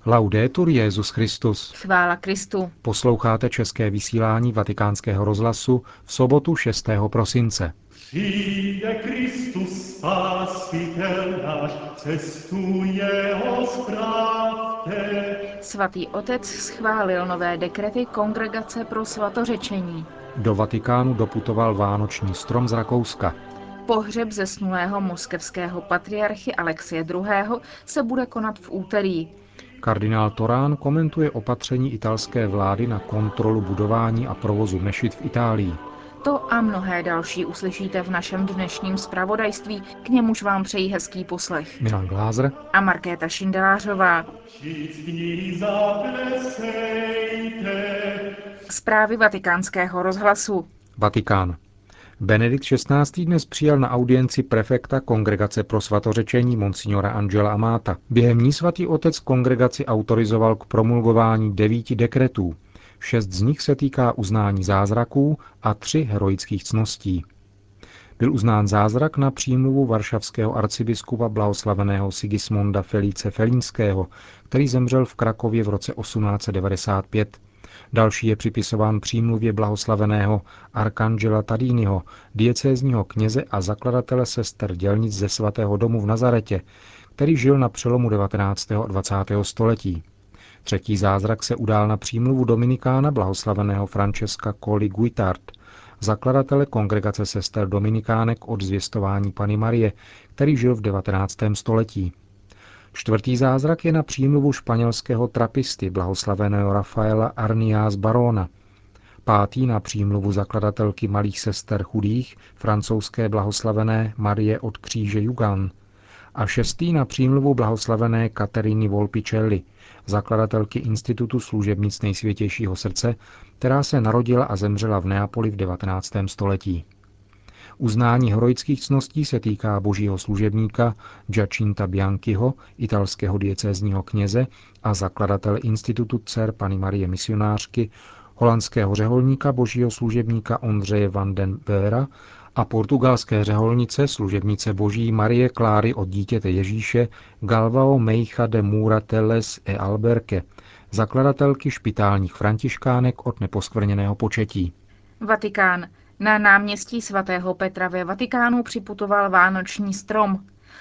Laudetur Jesus Christus. Chvála Kristu. Posloucháte české vysílání Vatikánského rozhlasu v sobotu 6. prosince. Přijde Kristus, Spasitel náš, cestu jeho spravte. Svatý otec schválil nové dekrety Kongregace pro svatořečení. Do Vatikánu doputoval vánoční strom z Rakouska. Pohřeb zesnulého moskevského patriarchy Alexie II. Se bude konat v úterý. Kardinál Torán komentuje opatření italské vlády na kontrolu budování a provozu mešit v Itálii. To a mnohé další uslyšíte v našem dnešním zpravodajství, k němuž vám přejí hezký poslech. Milan Glázer A Markéta Šindelářová. Zprávy Vatikánského rozhlasu. Vatikán. Benedikt XVI. Dnes přijal na audienci prefekta Kongregace pro svatořečení monsignora Angela Amata. Během ní svatý otec kongregaci autorizoval k promulgování 9 dekretů. 6 z nich se týká uznání zázraků a 3 heroických ctností. Byl uznán zázrak na přímluvu varšavského arcibiskupa blahoslaveného Sigismunda Felice Felínského, který zemřel v Krakově v roce 1895. Další je připisován přímluvě blahoslaveného Arcangela Tadínyho, diecézního kněze a zakladatele sester dělnic ze svatého domu v Nazaretě, který žil na přelomu 19. a 20. století. Třetí zázrak se udál na přímluvu dominikána blahoslaveného Francesca Colli Guittard, zakladatele kongregace sester dominikánek od zvěstování Panny Marie, který žil v 19. století. Čtvrtý zázrak je na přímluvu španělského trapisty blahoslaveného Rafaela Arniás Barona. Pátý na přímluvu zakladatelky malých sester chudých, francouzské blahoslavené Marie od kříže Jugan. A šestý na přímluvu blahoslavené Kateriny Volpicelli, zakladatelky Institutu služebnic Nejsvětějšího srdce, která se narodila a zemřela v Neapoli v 19. století. Uznání heroických ctností se týká božího služebníka Giacinta Bianchiho, italského diecézního kněze a zakladatele Institutu dcer Panny Marie misionářky, holandského řeholníka božího služebníka Ondřeje van den Bera a portugalské řeholnice služebnice boží Marie Kláry od dítěte Ježíše Galvao Meixa de Moura Telles e Alberque, zakladatelky špitálních františkánek od neposkvrněného početí. Vatikán. Na náměstí svatého Petra ve Vatikánu připutoval vánoční strom.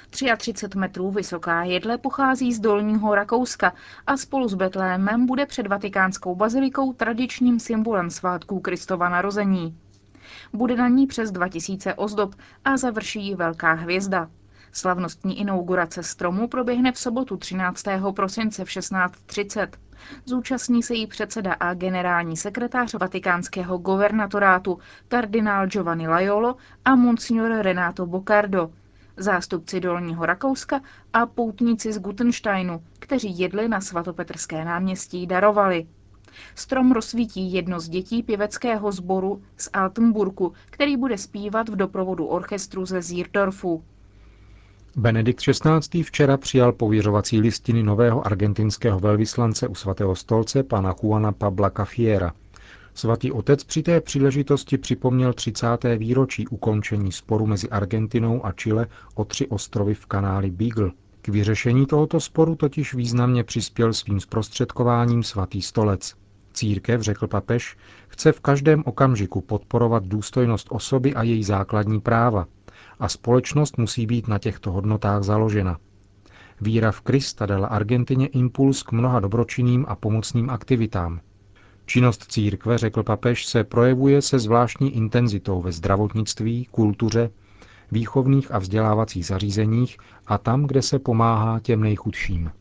33 metrů vysoká jedle pochází z Dolního Rakouska a spolu s Betlémem bude před vatikánskou bazilikou tradičním symbolem svátků Kristova narození. Bude na ní přes 2000 ozdob a završí ji velká hvězda. Slavnostní inaugurace stromu proběhne v sobotu 13. prosince v 16:30. Zúčastní se jí předseda a generální sekretář vatikánského guvernatorátu kardinál Giovanni Laiolo a monsignor Renato Boccardo, zástupci Dolního Rakouska a poutníci z Gutensteinu, kteří jedli na svatopetrské náměstí darovali. Strom rozsvítí jedno z dětí pěveckého sboru z Altenburgu, který bude zpívat v doprovodu orchestru ze Zírdorfu. Benedikt XVI. Včera přijal pověřovací listiny nového argentinského velvyslance u svatého stolce pana Juana Pabla Cafiera. Svatý otec při té příležitosti připomněl 30. výročí ukončení sporu mezi Argentinou a Chile o 3 ostrovy v kanáli Beagle. K vyřešení tohoto sporu totiž významně přispěl svým zprostředkováním svatý stolec. Církev, řekl papež, chce v každém okamžiku podporovat důstojnost osoby a její základní práva, a společnost musí být na těchto hodnotách založena. Víra v Krista dala Argentině impuls k mnoha dobročinným a pomocným aktivitám. Činnost církve, řekl papež, se projevuje se zvláštní intenzitou ve zdravotnictví, kultuře, výchovných a vzdělávacích zařízeních a tam, kde se pomáhá těm nejchudším.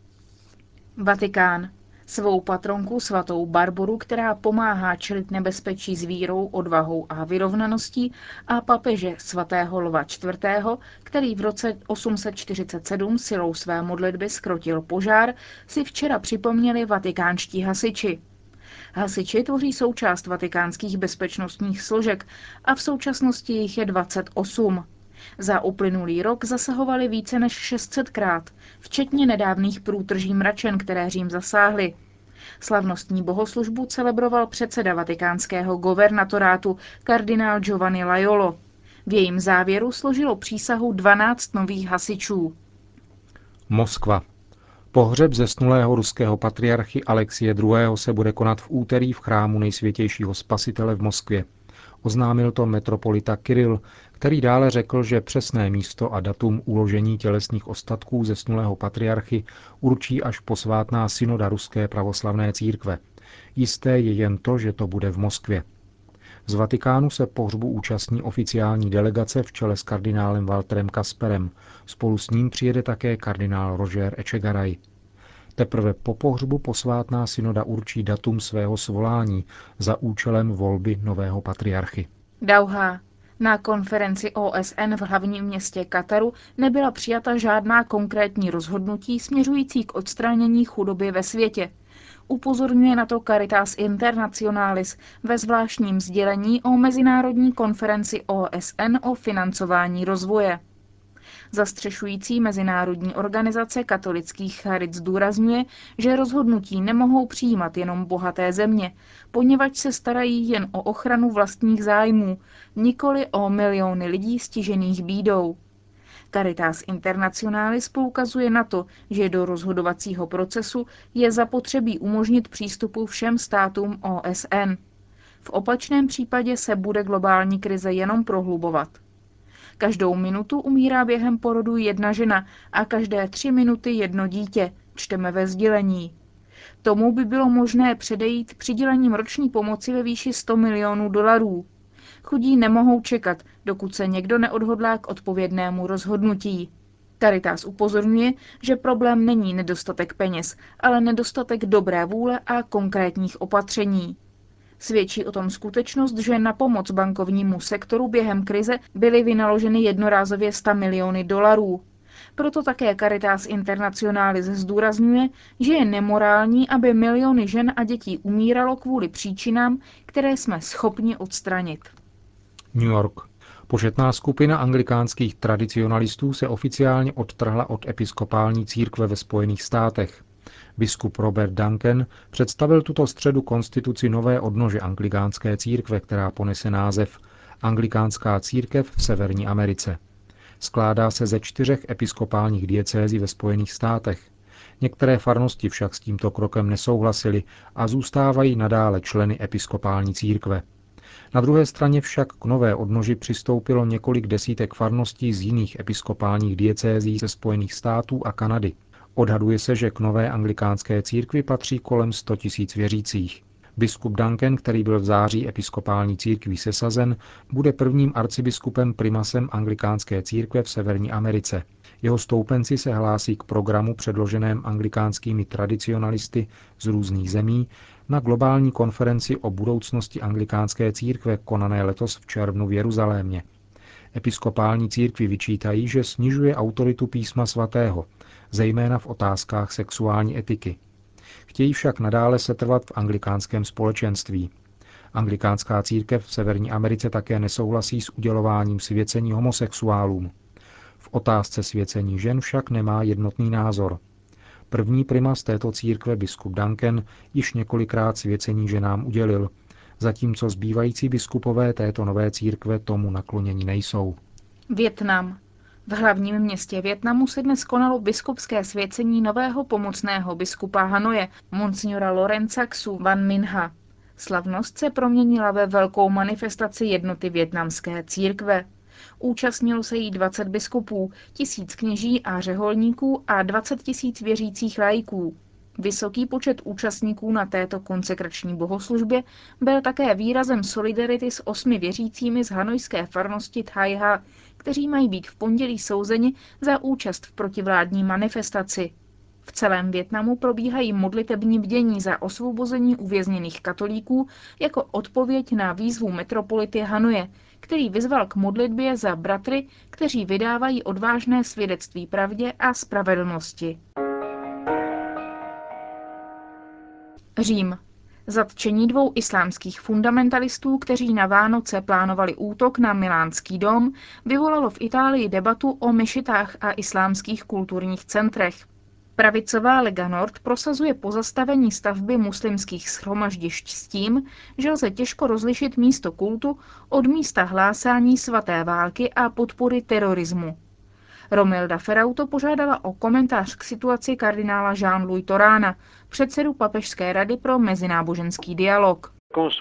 Vatikán. Svou patronku svatou Barboru, která pomáhá čelit nebezpečí s vírou, odvahou a vyrovnaností, a papeže svatého Lva IV., který v roce 847 silou své modlitby zkrotil požár, si včera připomněli vatikánští hasiči. Hasiči tvoří součást vatikánských bezpečnostních složek a v současnosti jich je 28. Za uplynulý rok zasahovali více než 600krát, včetně nedávných průtrží mračen, které Řím zasáhly. Slavnostní bohoslužbu celebroval předseda vatikánského guvernatorátu kardinál Giovanni Laiolo. V jejím závěru složilo přísahu 12 nových hasičů. Moskva. Pohřeb zesnulého ruského patriarchy Alexie II. Se bude konat v úterý v chrámu Nejsvětějšího Spasitele v Moskvě. Oznámil to metropolita Kiril, který dále řekl, že přesné místo a datum uložení tělesných ostatků zesnulého patriarchy určí až posvátná synoda Ruské pravoslavné církve. Jisté je jen to, že to bude v Moskvě. Z Vatikánu se pohřbu účastní oficiální delegace v čele s kardinálem Walterem Kasperem. Spolu s ním přijede také kardinál Roger Echegaray. Teprve po pohřbu posvátná synoda určí datum svého svolání za účelem volby nového patriarchy. Dauha. Na konferenci OSN v hlavním městě Kataru nebyla přijata žádná konkrétní rozhodnutí směřující k odstranění chudoby ve světě. Upozorňuje na to Caritas Internationalis ve zvláštním sdělení o mezinárodní konferenci OSN o financování rozvoje. Zastřešující mezinárodní organizace katolických charit zdůrazňuje, že rozhodnutí nemohou přijímat jenom bohaté země, poněvadž se starají jen o ochranu vlastních zájmů, nikoli o miliony lidí stižených bídou. Caritas Internationalis poukazuje na to, že do rozhodovacího procesu je zapotřebí umožnit přístupu všem státům OSN. V opačném případě se bude globální krize jenom prohlubovat. Každou minutu umírá během porodu jedna žena a každé 3 minuty jedno dítě, čteme ve sdělení. Tomu by bylo možné předejít přidělením roční pomoci ve výši $100 milionů. Chudí nemohou čekat, dokud se někdo neodhodlá k odpovědnému rozhodnutí. Caritas upozorňuje, že problém není nedostatek peněz, ale nedostatek dobré vůle a konkrétních opatření. Svědčí o tom skutečnost, že na pomoc bankovnímu sektoru během krize byly vynaloženy jednorázově $100 miliony. Proto také Caritas Internationalis zdůrazňuje, že je nemorální, aby miliony žen a dětí umíralo kvůli příčinám, které jsme schopni odstranit. New York. Početná skupina anglikánských tradicionalistů se oficiálně odtrhla od episkopální církve ve Spojených státech. Biskup Robert Duncan představil tuto středu konstituci nové odnože anglikánské církve, která ponese název Anglikánská církev v Severní Americe. Skládá se ze 4 episkopálních diecézí ve Spojených státech. Některé farnosti však s tímto krokem nesouhlasily a zůstávají nadále členy episkopální církve. Na druhé straně však k nové odnoži přistoupilo několik desítek farností z jiných episkopálních diecézí ze Spojených států a Kanady. Odhaduje se, že k nové anglikánské církvi patří kolem 100 000 věřících. Biskup Duncan, který byl v září episkopální církví sesazen, bude prvním arcibiskupem primasem anglikánské církve v Severní Americe. Jeho stoupenci se hlásí k programu předloženém anglikánskými tradicionalisty z různých zemí na globální konferenci o budoucnosti anglikánské církve konané letos v červnu v Jeruzalémě. Episkopální církvi vyčítají, že snižuje autoritu písma svatého, zejména v otázkách sexuální etiky. Chtějí však nadále setrvat v anglikánském společenství. Anglikánská církev v Severní Americe také nesouhlasí s udělováním svěcení homosexuálům. V otázce svěcení žen však nemá jednotný názor. První primas této církve, biskup Duncan, již několikrát svěcení ženám udělil, zatímco zbývající biskupové této nové církve tomu nakloněni nejsou. Vietnam. V hlavním městě Vietnamu se dnes konalo biskupské svěcení nového pomocného biskupa Hanoje, monsignora Lorenza Ksu Van Minha. Slavnost se proměnila ve velkou manifestaci jednoty vietnamské církve. Účastnilo se jí 20 biskupů, 1000 kněží a řeholníků a 20 000 věřících laiků. Vysoký počet účastníků na této konsekrační bohoslužbě byl také výrazem solidarity s 8 věřícími z hanojské farnosti Thai Ha, kteří mají být v pondělí souzeni za účast v protivládní manifestaci. V celém Vietnamu probíhají modlitební bdění za osvobození uvězněných katolíků jako odpověď na výzvu metropolity Hanoje, který vyzval k modlitbě za bratry, kteří vydávají odvážné svědectví pravdě a spravedlnosti. Řím. Zatčení 2 islámských fundamentalistů, kteří na Vánoce plánovali útok na Milánský dóm, vyvolalo v Itálii debatu o mešitách a islámských kulturních centrech. Pravicová Lega Nord prosazuje pozastavení stavby muslimských shromaždišť s tím, že lze těžko rozlišit místo kultu od místa hlásání svaté války a podpory terorismu. Romilda Ferrauto požádala o komentář k situaci kardinála Jean-Louis Torána, předsedu Papežské rady pro mezináboženský dialog.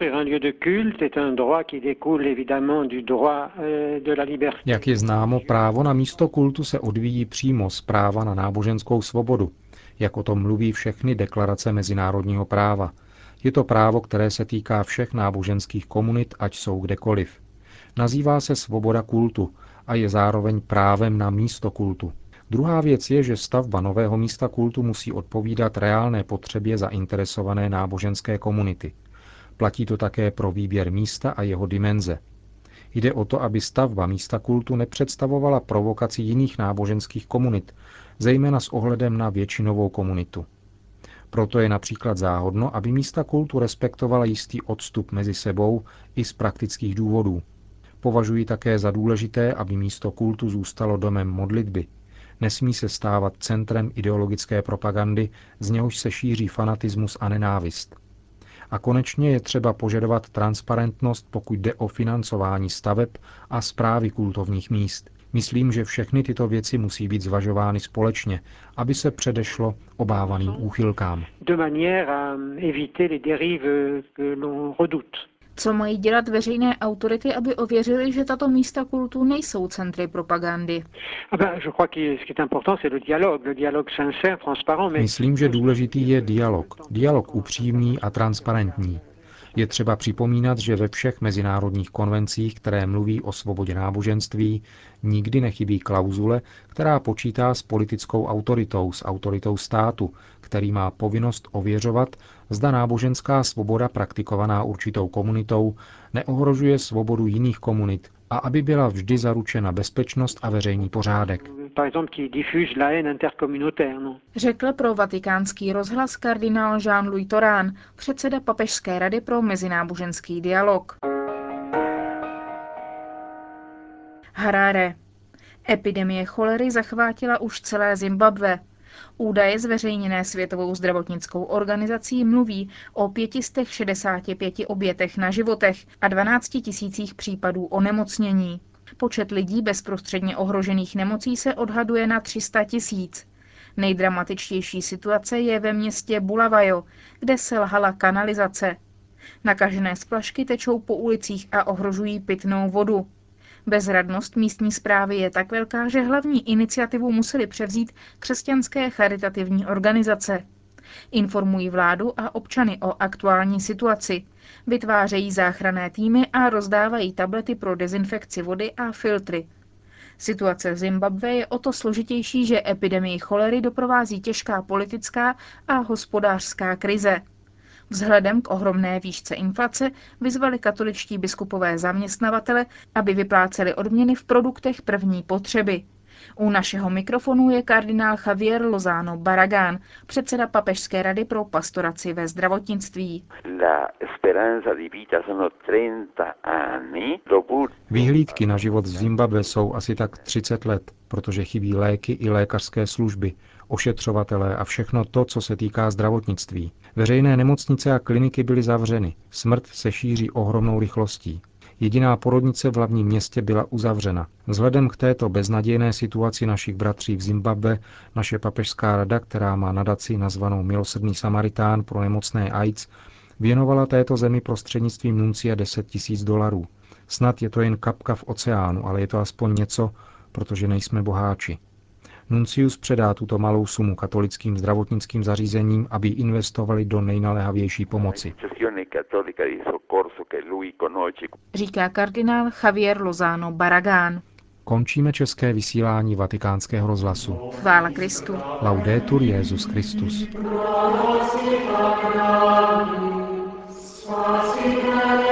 Jak je známo, právo na místo kultu se odvíjí přímo z práva na náboženskou svobodu, jak o tom mluví všechny deklarace mezinárodního práva. Je to právo, které se týká všech náboženských komunit, ať jsou kdekoliv. Nazývá se svoboda kultu a je zároveň právem na místo kultu. Druhá věc je, že stavba nového místa kultu musí odpovídat reálné potřebě zainteresované náboženské komunity. Platí to také pro výběr místa a jeho dimenze. Jde o to, aby stavba místa kultu nepředstavovala provokaci jiných náboženských komunit, zejména s ohledem na většinovou komunitu. Proto je například záhodno, aby místa kultu respektovala jistý odstup mezi sebou i z praktických důvodů. Považuji také za důležité, aby místo kultu zůstalo domem modlitby. Nesmí se stávat centrem ideologické propagandy, z něhož se šíří fanatismus a nenávist. A konečně je třeba požadovat transparentnost, pokud jde o financování staveb a správy kultovních míst. Myslím, že všechny tyto věci musí být zvažovány společně, aby se předešlo obávaným úchylkám. Co mají dělat veřejné autority, aby ověřili, že tato místa kultu nejsou centry propagandy? Myslím, že důležitý je dialog. Dialog upřímný a transparentní. Je třeba připomínat, že ve všech mezinárodních konvencích, které mluví o svobodě náboženství, nikdy nechybí klauzule, která počítá s politickou autoritou, s autoritou státu, který má povinnost ověřovat, zda náboženská svoboda praktikovaná určitou komunitou neohrožuje svobodu jiných komunit a aby byla vždy zaručena bezpečnost a veřejný pořádek. Řekl pro Vatikánský rozhlas kardinál Jean-Louis Torán, předseda Papežské rady pro mezináboženský dialog. Harare. Epidemie cholery zachvátila už celé Zimbabwe. Údaje zveřejněné Světovou zdravotnickou organizací mluví o 565 obětech na životech a 12 000 případů onemocnění. Počet lidí bezprostředně ohrožených nemocí se odhaduje na 300 000. Nejdramatičtější situace je ve městě Bulawayo, kde selhala kanalizace. Nakažené splašky tečou po ulicích a ohrožují pitnou vodu. Bezradnost místní správy je tak velká, že hlavní iniciativu museli převzít křesťanské charitativní organizace. Informují vládu a občany o aktuální situaci, vytvářejí záchranné týmy a rozdávají tablety pro dezinfekci vody a filtry. Situace v Zimbabwe je o to složitější, že epidemii cholery doprovází těžká politická a hospodářská krize. Vzhledem k ohromné výšce inflace vyzvali katoličtí biskupové zaměstnavatele, aby vypláceli odměny v produktech první potřeby. U našeho mikrofonu je kardinál Javier Lozano Barragán, předseda Papežské rady pro pastoraci ve zdravotnictví. Vyhlídky na život v Zimbabwe jsou asi tak 30 let, protože chybí léky i lékařské služby, ošetřovatelé a všechno to, co se týká zdravotnictví. Veřejné nemocnice a kliniky byly zavřeny. Smrt se šíří ohromnou rychlostí. Jediná porodnice v hlavním městě byla uzavřena. Vzhledem k této beznadějné situaci našich bratří v Zimbabwe naše papežská rada, která má nadaci nazvanou Milosrdný Samaritán pro nemocné AIDS, věnovala této zemi prostřednictvím nuncia $10 000. Snad je to jen kapka v oceánu, ale je to aspoň něco, protože nejsme boháči. Nuncius předá tuto malou sumu katolickým zdravotnickým zařízením, aby investovali do nejnaléhavější pomoci. Říká kardinál Javier Lozano Barragán. Končíme české vysílání Vatikánského rozhlasu. Chvála Kristu. Laudetur Jesus Christus.